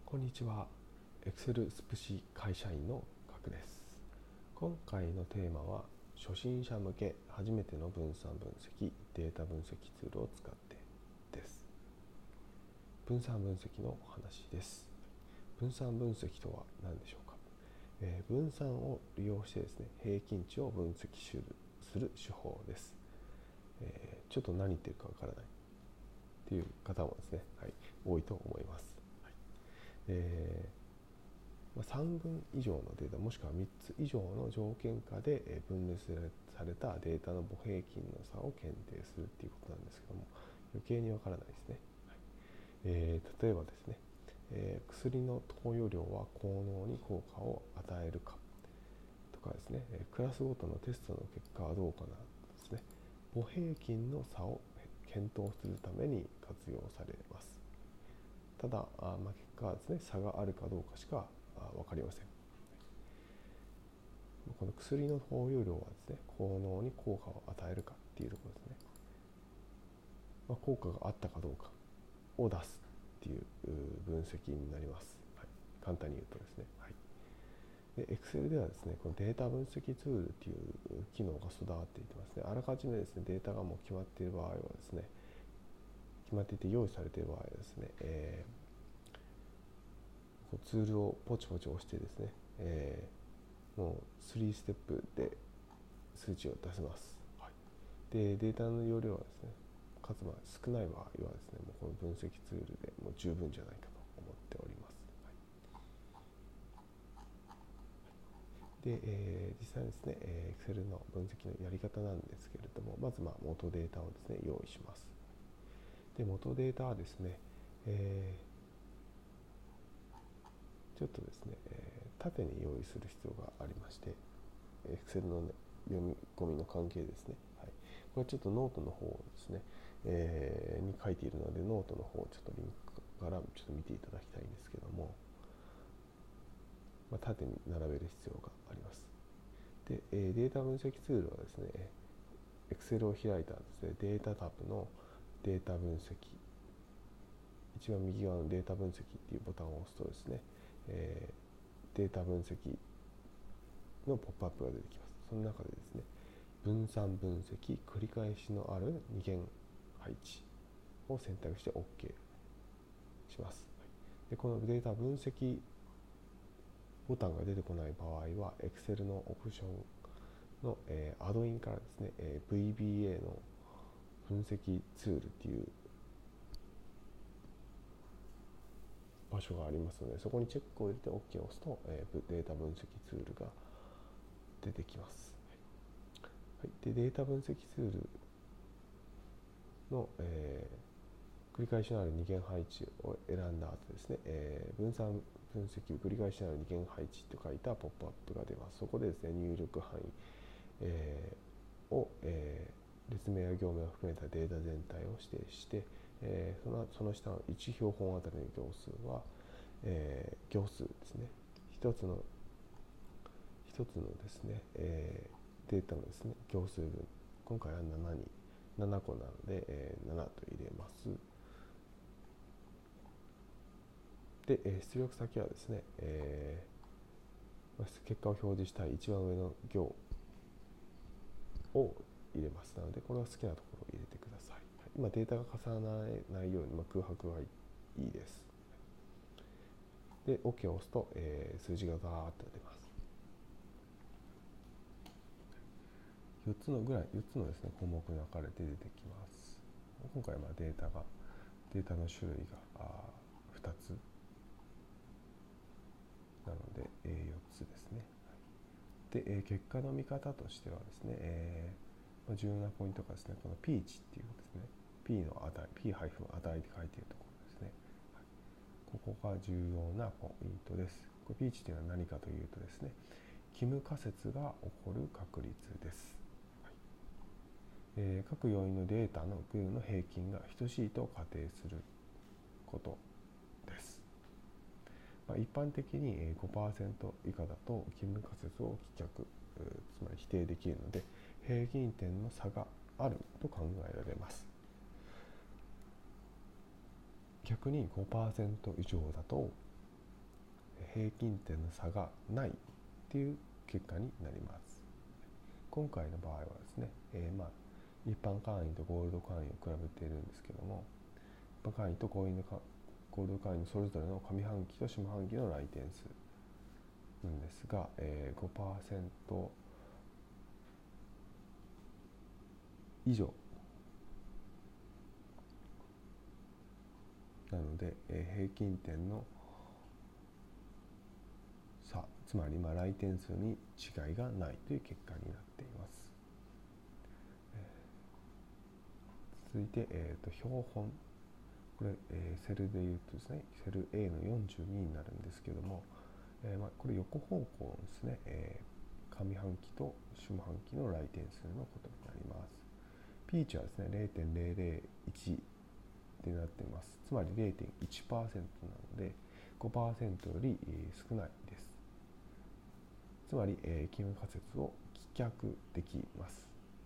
こんにちは。Excel スプシ会社員のガクです。今回のテーマは、初心者向け初めての分散分析データ分析ツールを使ってです。分散分析の話です。分散分析とは何でしょうか。分散を利用してですね、平均値を分析する手法です。ちょっと何言ってるかわからないっていう方もですね、多いと思います。3分以上のデータもしくは3つ以上の条件下で分類されたデータの母平均の差を検定するっていうことなんですけども、余計にわからないですね。例えばですね、薬の投与量は効能に効果を与えるかとかですね、クラスごとのテストの結果はどうかなですね、母平均の差を検討するために活用されます。ただ、結果はですね、差があるかどうかしか分かりません。この薬の投与量はですね、効能に効果を与えるかっていうところですね。効果があったかどうかを出すっていう分析になります。簡単に言うとですね。で、Excel ではですね、このデータ分析ツールっていう機能が備わっていてますね、あらかじめですね、データがもう決まっている場合はですね、決まっていて用意されている場合はですね、ツールをポチポチ押してですね、もう3ステップで数値を出せます。で、データの容量はですね、かつ少ない場合はですね、もうこの分析ツールでもう十分じゃないかと思っております。で、実際ですね、Excel の分析のやり方なんですけれども、まず元データをですね、用意します。で、元データはですね、ちょっとですね、縦に用意する必要がありまして、Excel の、読み込みの関係ですね。これちょっとノートの方ですね、に書いているので、ノートの方をちょっとリンクからちょっと見ていただきたいんですけども、縦に並べる必要があります。で、データ分析ツールはですね、Excel を開いたですね、データタブのデータ分析、一番右側のデータ分析っていうボタンを押すとですね、データ分析のポップアップが出てきます。その中でですね、分散分析繰り返しのある二元配置を選択して OK します。で、このデータ分析ボタンが出てこない場合は Excel のオプションの、アドインからですね、VBA の分析ツールっていう場所がありますので、そこにチェックを入れて OK を押すと、データ分析ツールが出てきます。で、データ分析ツールの、繰り返しのある二元配置を選んだ後ですね、分散分析繰り返しのある二元配置と書いたポップアップが出ます。そこでですね、入力範囲、を、列名や行名を含めたデータ全体を指定して、その下の1標本あたりの行数は、行数ですね、一つのですね、データのですね、行数分、今回は7個なので、7と入れます。で、出力先はですね、結果を表示したい一番上の行を入れます。なので、これは好きなところを入れてください。今、データが重ならないように、空白がいいです。で、OK を押すと、数字がガーッと出ます。4つのですね、項目に分かれて出てきます。今回はデータの種類が2つなので、4つですね。で、結果の見方としてはですね、重要なポイントがですね、この P 値っていうですね、P の値、P- 値って書いているところですね。ここが重要なポイントです。これ P 値というのは何かというとですね、帰無仮説が起こる確率です。各要因のデータの群の平均が等しいと仮定することです。一般的に 5% 以下だと帰無仮説を棄却、つまり否定できるので、平均点の差があると考えられます。逆に 5% 以上だと平均点の差がないっていう結果になります。今回の場合はですね、一般会員とゴールド会員を比べているんですけども、一般会員とゴールド会員それぞれの上半期と下半期の来店数なんですが、5% 以上なので、平均点の差、つまり来店数に違いがないという結果になっています。続いて、標本、これ、セルでいうとですね、セル A の42になるんですけども、これ横方向ですね、上半期と下半期の来店数のことになります。ピーチはですね 0.001 でなっています。つまり 0.1% なので 5% より少ないです。つまり勤務仮説を棄却できます。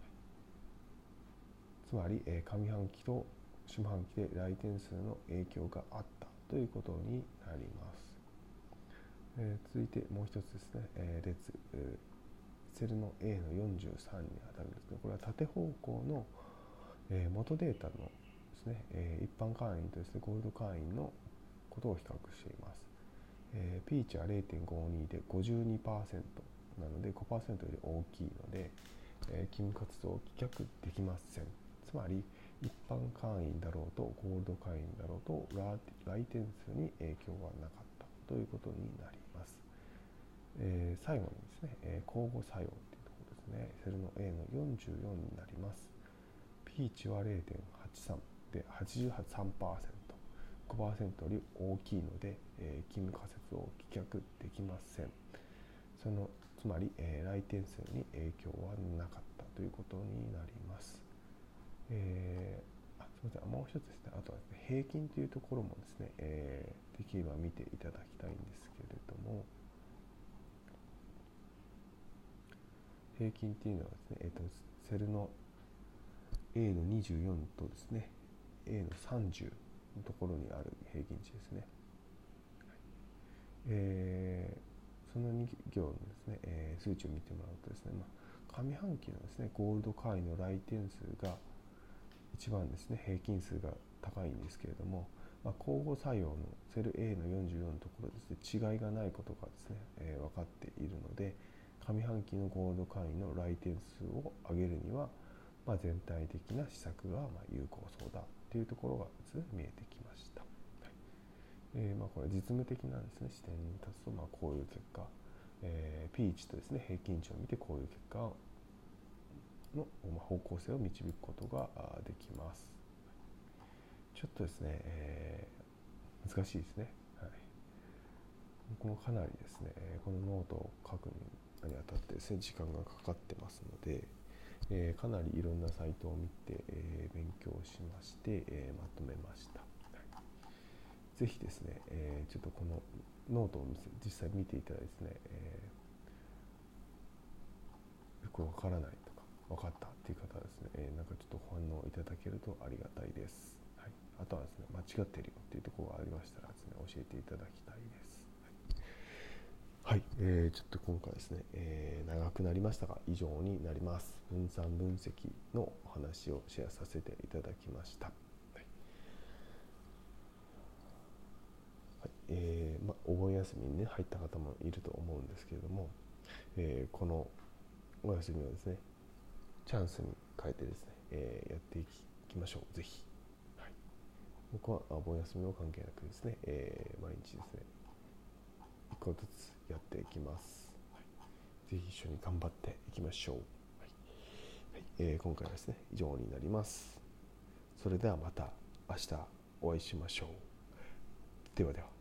つまり上半期と下半期で来店数の影響があったということになります。続いてもう一つですね、列、セルの A の43にあたるんですけど、これは縦方向の元データのですね、一般会員とですねゴールド会員のことを比較しています。ピーチは 0.52 で 52% なので 5% より大きいので、勤務活動を棄却できません。つまり一般会員だろうとゴールド会員だろうと来店数に影響はなかったということになります。最後にですね、交互作用というところですね、セルの A の44になります。ピーチは 0.83 で 83%、5% より大きいので、勤務仮説を棄却できません。つまり、来店数に影響はなかったということになります。すみません、もう一つですね、あとはですね、平均というところもですね、できれば見ていただきたいんですけれども、平均っていうのはですね、セルの A の24とですね、A の30のところにある平均値ですね。その2行のですね、数値を見てもらうとですね、上半期のですね、ゴールド会員の来店数が一番ですね、平均数が高いんですけれども、交互作用のセル A の44のところですね、違いがないことがですね、分かっているので、上半期のゴールド会員の来店数を上げるには、全体的な施策が有効そうだというところがですね、見えてきました。これ実務的なですね、視点に立つと、こういう結果、P 値とですね、平均値を見てこういう結果の方向性を導くことができます。ちょっとですね、難しいですね。僕もかなりですね、このノートを書くにあたってですね、時間がかかってますので、かなりいろんなサイトを見て、勉強しまして、まとめました。ぜひですね、ちょっとこのノートを実際見ていただいてですね、よくわからないとか分かったっていう方はですね、なんかちょっと反応いただけるとありがたいです。あとはですね、間違っているよっていうところがありましたらですね、教えていただきたいです。はい、ちょっと今回ですね、長くなりましたが以上になります。分散分析のお話をシェアさせていただきました。お盆休みに、ね、入った方もいると思うんですけれども、このお休みをですねチャンスに変えてですね、やっていきましょう。ぜひ、僕はお盆休みも関係なくですね、毎日ですね一個ずつやっていきます。ぜひ一緒に頑張っていきましょう。今回はですね以上になります。それではまた明日お会いしましょう。ではでは。